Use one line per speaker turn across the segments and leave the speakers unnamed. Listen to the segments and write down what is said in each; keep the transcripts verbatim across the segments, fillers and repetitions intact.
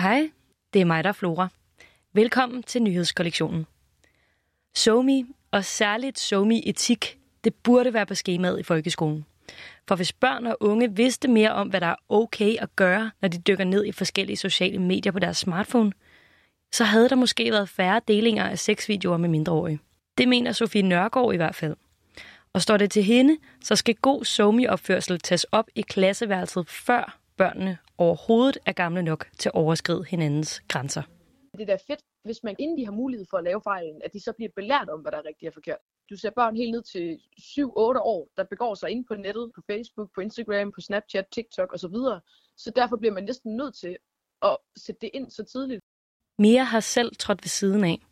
Hej, det er mig, der er Flora. Velkommen til nyhedskollektionen. SoMe, og særligt SoMe-etik, det burde være på skemaet i folkeskolen. For hvis børn og unge vidste mere om, hvad der er okay at gøre, når de dykker ned i forskellige sociale medier på deres smartphone, så havde der måske været færre delinger af sexvideoer med mindreårige. Det mener Sofie Nørgaard i hvert fald. Og står det til hende, så skal god SoMe-opførsel tages op i klasseværelset, før børnene overhovedet er gamle nok til at overskride hinandens grænser.
Det er da fedt, hvis man inden de har mulighed for at lave fejlen, at de så bliver belært om, hvad der er rigtigt og forkert. Du ser børn helt ned til syv otte år, der begår sig inde på nettet, på Facebook, på Instagram, på Snapchat, TikTok osv. Så derfor bliver man næsten nødt til at sætte det ind så tidligt.
Mia har selv trådt ved siden af.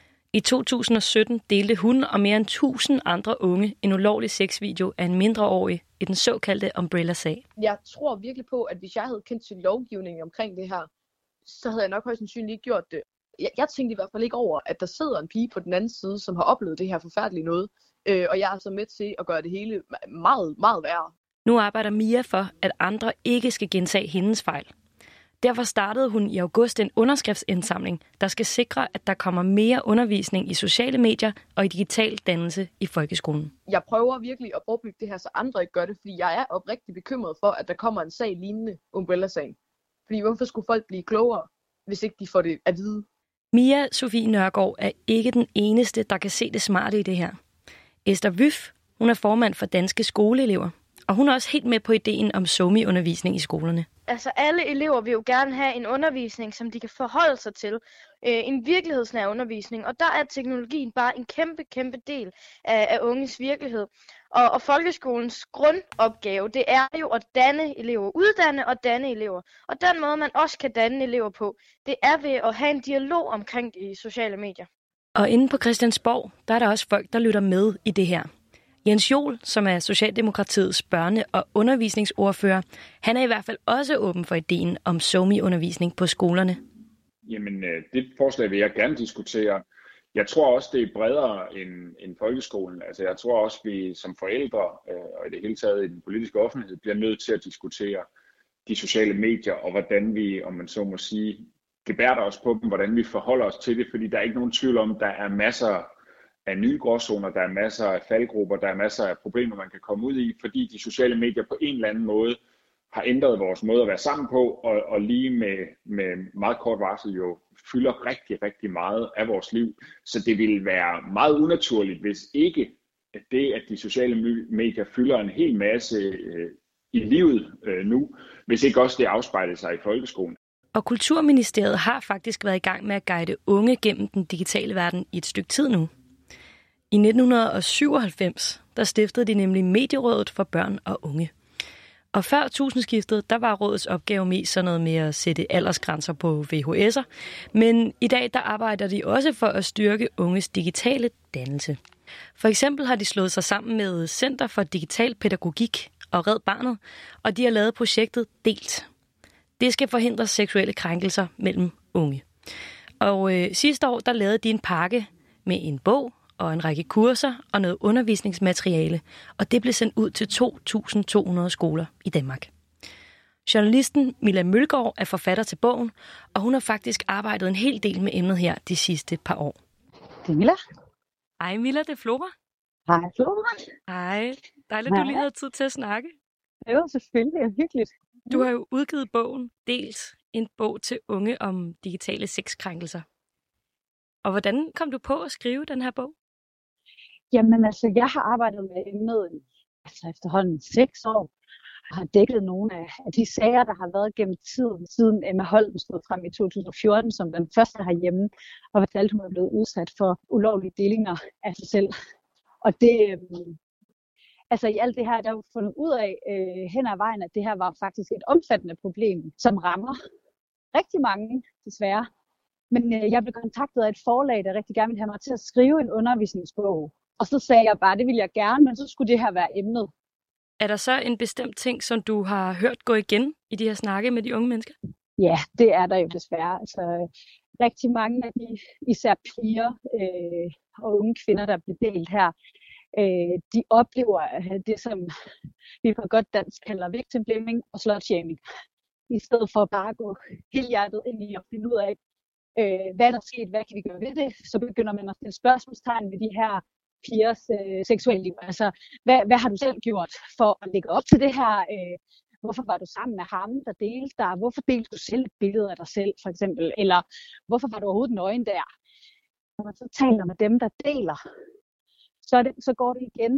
I to tusind og sytten delte hun og mere end tusind andre unge en ulovlig sexvideo af en mindreårig i den såkaldte Umbrella-sag.
Jeg tror virkelig på, at hvis jeg havde kendt til lovgivningen omkring det her, så havde jeg nok højst sandsynligt ikke gjort det. Jeg, jeg tænkte i hvert fald ikke over, at der sidder en pige på den anden side, som har oplevet det her forfærdelige noget. Øh, og jeg er så med til at gøre det hele meget, meget værre.
Nu arbejder Mia for, at andre ikke skal gentage hendes fejl. Derfor startede hun i august en underskriftsindsamling, der skal sikre, at der kommer mere undervisning i sociale medier og i digital dannelse i folkeskolen.
Jeg prøver virkelig at forebygge det her, så andre ikke gør det, fordi jeg er oprigtigt bekymret for, at der kommer en sag lignende Umbrella-sagen. Fordi hvorfor skulle folk blive klogere, hvis ikke de får det at vide?
Mia Sofie Nørgaard er ikke den eneste, der kan se det smarte i det her. Esther Wyff, hun er formand for Danske Skoleelever, og hun er også helt med på ideen om SoMe-undervisning i skolerne.
Altså alle elever vil jo gerne have en undervisning, som de kan forholde sig til. Øh, en virkelighedsnær undervisning, og der er teknologien bare en kæmpe, kæmpe del af, af unges virkelighed. Og, og folkeskolens grundopgave, det er jo at danne elever, uddanne og danne elever. Og den måde, man også kan danne elever på, det er ved at have en dialog omkring de sociale medier.
Og inde på Christiansborg, der er der også folk, der lytter med i det her. Jens Joel, som er Socialdemokratiets børne- og undervisningsordfører, han er i hvert fald også åben for ideen om SoMe-undervisning på skolerne.
Jamen, det forslag vil jeg gerne diskutere. Jeg tror også, det er bredere end, end folkeskolen. Altså, jeg tror også, vi som forældre og i det hele taget i den politiske offentlighed bliver nødt til at diskutere de sociale medier og hvordan vi, om man så må sige, gebærder os på dem, hvordan vi forholder os til det, fordi der er ikke nogen tvivl om, der er masser af nye gråzoner, der er masser af faldgrupper, der er masser af problemer, man kan komme ud i, fordi de sociale medier på en eller anden måde har ændret vores måde at være sammen på, og, og lige med, med meget kort varsel jo fylder rigtig, rigtig meget af vores liv. Så det ville være meget unaturligt, hvis ikke det, at de sociale medier fylder en hel masse øh, i livet øh, nu, hvis ikke også det afspejler sig i folkeskolen.
Og Kulturministeriet har faktisk været i gang med at guide unge gennem den digitale verden i et stykke tid nu. I nitten syvoghalvfems, der stiftede de nemlig Medierådet for børn og unge. Og før tusindskiftet, der var rådets opgave mest sådan noget med at sætte aldersgrænser på V H S'er. Men i dag, der arbejder de også for at styrke unges digitale dannelse. For eksempel har de slået sig sammen med Center for Digital Pædagogik og Red Barnet, og de har lavet projektet Delt. Det skal forhindre seksuelle krænkelser mellem unge. Og øh, sidste år, der lavede de en pakke med en bog og en række kurser og noget undervisningsmateriale, og det blev sendt ud til to tusind to hundrede skoler i Danmark. Journalisten Milla Mølgaard er forfatter til bogen, og hun har faktisk arbejdet en hel del med emnet her de sidste par år.
Det er Milla.
Hej Milla, det er Flora.
Hej Flora.
Hej, dejligt, at du lige havde tid til at snakke.
Det var selvfølgelig hyggeligt.
Du har jo udgivet bogen Dels, en bog til unge om digitale sexkrænkelser. Og hvordan kom du på at skrive den her bog?
Jamen altså, jeg har arbejdet med emnet i altså efterhånden seks år. Jeg har dækket nogle af, af de sager, der har været gennem tiden, siden Emma Holm stod frem i to tusind og fjorten som den første herhjemme, og fortalte, hun er blevet udsat for ulovlige delinger af sig selv. Og det, øh, altså i alt det her, der er jo fundet ud af øh, hen ad vejen, at det her var faktisk et omfattende problem, som rammer rigtig mange, desværre. Men øh, jeg blev kontaktet af et forlag, der rigtig gerne ville have mig til at skrive en undervisningsbog. Og så sagde jeg bare, det ville jeg gerne, men så skulle det her være emnet.
Er der så en bestemt ting, som du har hørt gå igen i de her snakke med de unge mennesker?
Ja, det er der jo desværre. Altså, rigtig mange af de, især piger øh, og unge kvinder, der bliver delt her, øh, de oplever det, som vi på godt dansk kalder victim blaming og slut shaming. i stedet for bare at gå helhjertet ind i og finde ud af, øh, hvad der er sket, hvad kan vi gøre ved det, så begynder man at stille spørgsmålstegn ved de her pigers øh, seksuelle liv. Altså, hvad, hvad har du selv gjort for at lægge op til det her? Øh, hvorfor var du sammen med ham, der delte dig? Hvorfor delte du selv et billede af dig selv, for eksempel? Eller hvorfor var du overhovedet nøgen der? Når man så taler med dem, der deler, så, er det, så går det igen,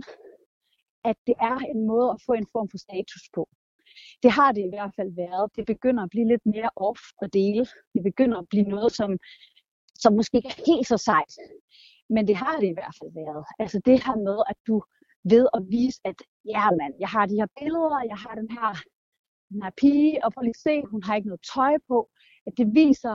at det er en måde at få en form for status på. Det har det i hvert fald været. Det begynder at blive lidt mere off at dele. Det begynder at blive noget, som, som måske ikke er helt så sejt. Men det har det i hvert fald været. Altså det her med, at du ved at vise, at ja mand, jeg har de her billeder, jeg har den her, den her pige, og prøv lige at se, hun har ikke noget tøj på. At det viser,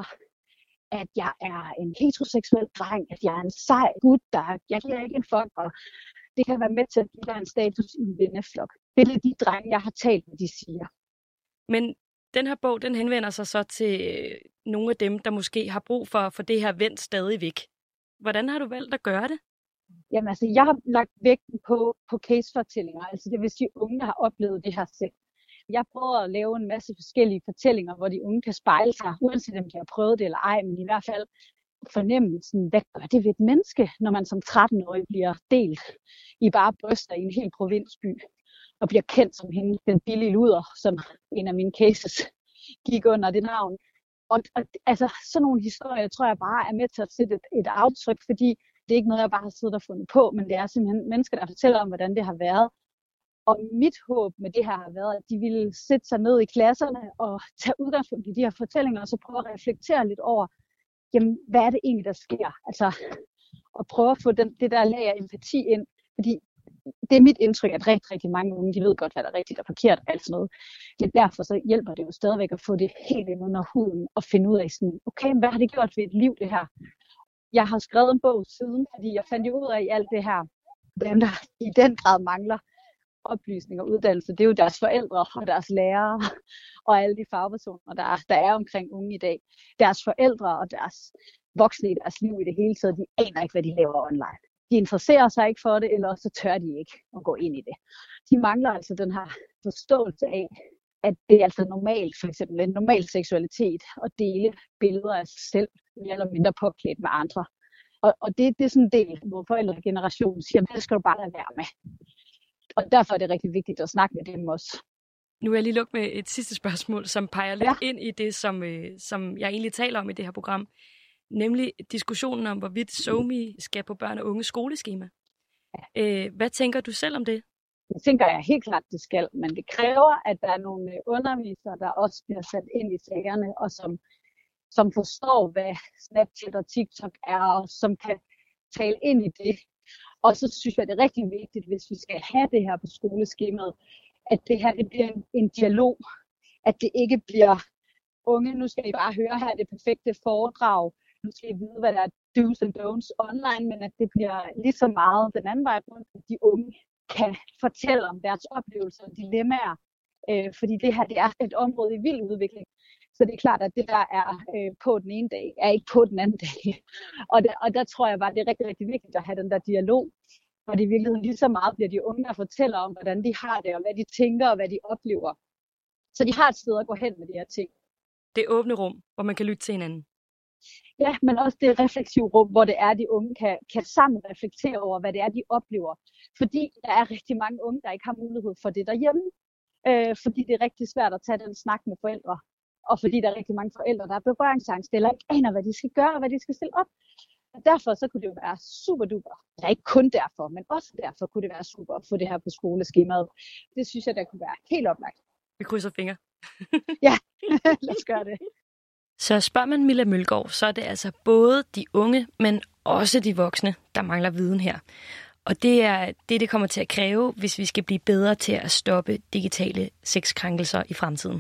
at jeg er en heteroseksuel dreng, at jeg er en sej gut, der jeg giver ikke en fuck, og det kan være med til at give dig en status i en venneflok. Det er de drenge, jeg har talt med, de siger.
Men den her bog, den henvender sig så til nogle af dem, der måske har brug for, for det her vendt stadig væk. Hvordan har du valgt at gøre det?
Jamen altså, jeg har lagt vægten på, på case-fortællinger, altså det vil sige unge, der har oplevet det her selv. Jeg prøver at lave en masse forskellige fortællinger, hvor de unge kan spejle sig, uanset om de har prøvet det eller ej, men i hvert fald fornemmelsen, hvad gør det ved et menneske, når man som tretten-årig bliver delt i bare bryster i en hel provinsby, og bliver kendt som hende, den billige luder, som en af mine cases gik under det navn. Og, og altså, sådan nogle historier, tror jeg bare er med til at sætte et, et aftryk, fordi det er ikke noget, jeg bare har siddet og fundet på, men det er simpelthen mennesker, der fortæller om, hvordan det har været. Og mit håb med det her har været, at de ville sætte sig ned i klasserne og tage udgangspunkt i de her fortællinger, og så prøve at reflektere lidt over, jamen, hvad er det egentlig, der sker? Altså, og prøve at få den, det der lag af empati ind, fordi det er mit indtryk, at rigtig, rigtig mange unge, de ved godt, hvad der er rigtigt og forkert og alt sådan noget. Det er derfor, så hjælper det jo stadigvæk at få det helt ind under huden og finde ud af sådan, okay, hvad har det gjort ved et liv, det her? Jeg har skrevet en bog siden, fordi jeg fandt ud af i alt det her, dem der i den grad mangler oplysning og uddannelse, det er jo deres forældre og deres lærere og alle de fagpersoner, der, der er omkring unge i dag. Deres forældre og deres voksne i deres liv i det hele taget, de aner ikke, hvad de laver online. De interesserer sig ikke for det, eller så tør de ikke at gå ind i det. De mangler altså den her forståelse af, at det er altså normalt, for eksempel en normal seksualitet, at dele billeder af sig selv, mere eller mindre påklædt med andre. Og, og det, det er sådan en del, hvor forældregenerationen siger, det skal du bare lade være med. Og derfor er det rigtig vigtigt at snakke med dem også.
Nu vil jeg lige lukke med et sidste spørgsmål, som peger lidt
ja.
ind i det, som, øh, som jeg egentlig taler om i det her program. Nemlig diskussionen om, hvorvidt SoMe skal på børn- og unge skoleskema. Ja. Øh, hvad tænker du selv om det?
Det tænker jeg helt klart, det skal. Men det kræver, at der er nogle undervisere, der også bliver sat ind i sagerne, og som, som forstår, hvad Snapchat og TikTok er, og som kan tale ind i det. Og så synes jeg, det er rigtig vigtigt, hvis vi skal have det her på skoleskemaet, at det her det bliver en, en dialog. At det ikke bliver unge, nu skal I bare høre her det perfekte foredrag. Nu skal I vide, hvad der er do's and don'ts online, men at det bliver lige så meget den anden vej rundt, at de unge kan fortælle om deres oplevelser og dilemmaer. Øh, fordi det her det er et område i vild udvikling. Så det er klart, at det der er øh, på den ene dag, er ikke på den anden dag. og, det, og der tror jeg bare, det er rigtig, rigtig vigtigt at have den der dialog. Og det i virkeligheden lige så meget bliver de unge, der fortæller om, hvordan de har det, og hvad de tænker, og hvad de oplever. Så de har et sted at gå hen med de her ting.
Det åbne rum, hvor man kan lytte til hinanden.
Ja, men også det refleksive rum, hvor det er, at de unge kan, kan sammen reflektere over, hvad det er, de oplever. Fordi der er rigtig mange unge, der ikke har mulighed for det derhjemme. Øh, fordi det er rigtig svært at tage den snak med forældre. Og fordi der er rigtig mange forældre, der er berøringsangst, eller ikke aner, hvad de skal gøre, og hvad de skal stille op. Og derfor så kunne det jo være super duper. Ja, ikke kun derfor, men også derfor kunne det være super at få det her på skoleskemaet. Det synes jeg, der kunne være helt oplagt.
Vi krydser fingre.
Ja, lad os gøre det.
Så spørger man Milla Mølgaard, så er det altså både de unge, men også de voksne, der mangler viden her. Og det er det, det kommer til at kræve, hvis vi skal blive bedre til at stoppe digitale sexkrænkelser i fremtiden.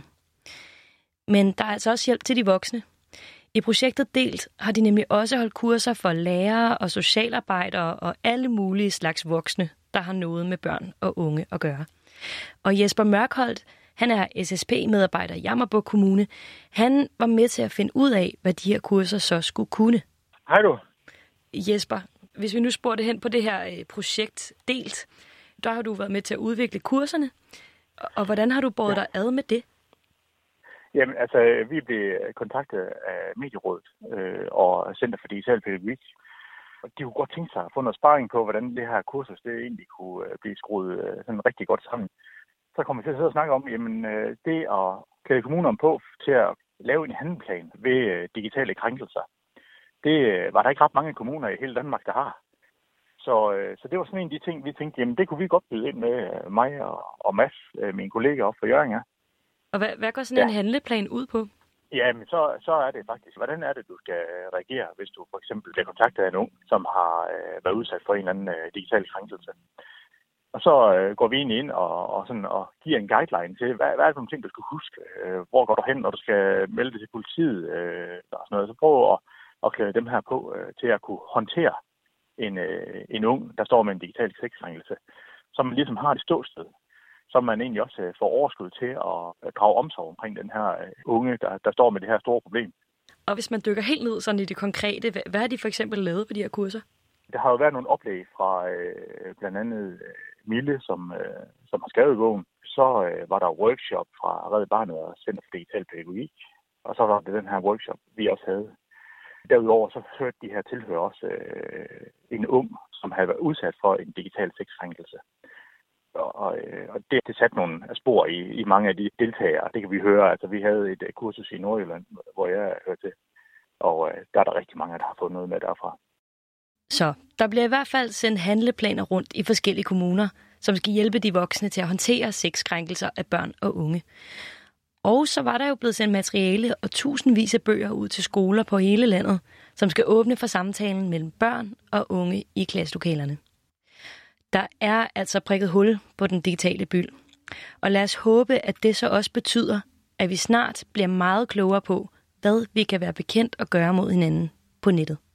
Men der er altså også hjælp til de voksne. I projektet Delt har de nemlig også holdt kurser for lærere og socialarbejdere og alle mulige slags voksne, der har noget med børn og unge at gøre. Og Jesper Mørkholdt, han er S S P-medarbejder i Jammerbugt Kommune. Han var med til at finde ud af, hvad de her kurser så skulle kunne.
Hej du.
Jesper, hvis vi nu spurgte hen på det her projekt Delt, der har du været med til at udvikle kurserne. Og hvordan har du båret dig ad med det?
Jamen, altså, vi blev kontaktet af Medierådet øh, og Center for Digital Pædagogik. Og de kunne godt tænke sig at få noget sparring på, hvordan det her kursus det egentlig kunne øh, blive skruet øh, sådan rigtig godt sammen. Så kommer vi til at sidde og snakke om, jamen, øh, det at klæde kommunerne på til at lave en handleplan ved øh, digitale krænkelser. Det øh, var der ikke ret mange kommuner i hele Danmark, der har. Så, øh, så det var sådan en af de ting, vi tænkte, jamen det kunne vi godt byde ind med, øh, mig og, og Mads, øh, mine kollegaer op fra Hjørring.
Og hvad, hvad går sådan ja. en handleplan ud på?
Jamen, så, så er det faktisk, hvordan er det, du skal reagere, hvis du for eksempel bliver kontaktet af en ung, som har øh, været udsat for en eller anden øh, digital krænkelse. Og så øh, går vi egentlig ind og, og, sådan, og giver en guideline til, hvad, hvad er det for nogle ting, du skal huske? Øh, hvor går du hen, når du skal melde det til politiet? Øh, og sådan noget. Så prøv at, at klæde dem her på øh, til at kunne håndtere en, øh, en ung, der står med en digital sexkrænkelse, som ligesom har et ståsted, så man egentlig også øh, får overskud til at drage omsorg omkring den her øh, unge, der, der står med det her store problem.
Og hvis man dykker helt ned sådan i det konkrete, hvad, hvad har de for eksempel lavet på de her kurser?
Der har jo været nogle oplæg fra øh, blandt andet øh, Mille, som, øh, som har skrevet bogen. Så øh, var der workshop fra Red Barnet og Center for Digital Pædagogik. Og så var det den her workshop, vi også havde. Derudover så hørte de her tilhører også øh, en ung, som havde været udsat for en digital sexkrænkelse. Og, og, og det, det satte nogle spor i, i mange af de deltagere. Det kan vi høre. Altså, vi havde et kursus i Nordjylland, hvor jeg hørte til. Og øh, der er der rigtig mange, der har fået noget med derfra.
Så der bliver i hvert fald sendt handleplaner rundt i forskellige kommuner, som skal hjælpe de voksne til at håndtere sexkrænkelser af børn og unge. Og så var der jo blevet sendt materiale og tusindvis af bøger ud til skoler på hele landet, som skal åbne for samtalen mellem børn og unge i klasselokalerne. Der er altså prikket hul på den digitale byld. Og lad os håbe, at det så også betyder, at vi snart bliver meget klogere på, hvad vi kan være bekendt og gøre mod hinanden på nettet.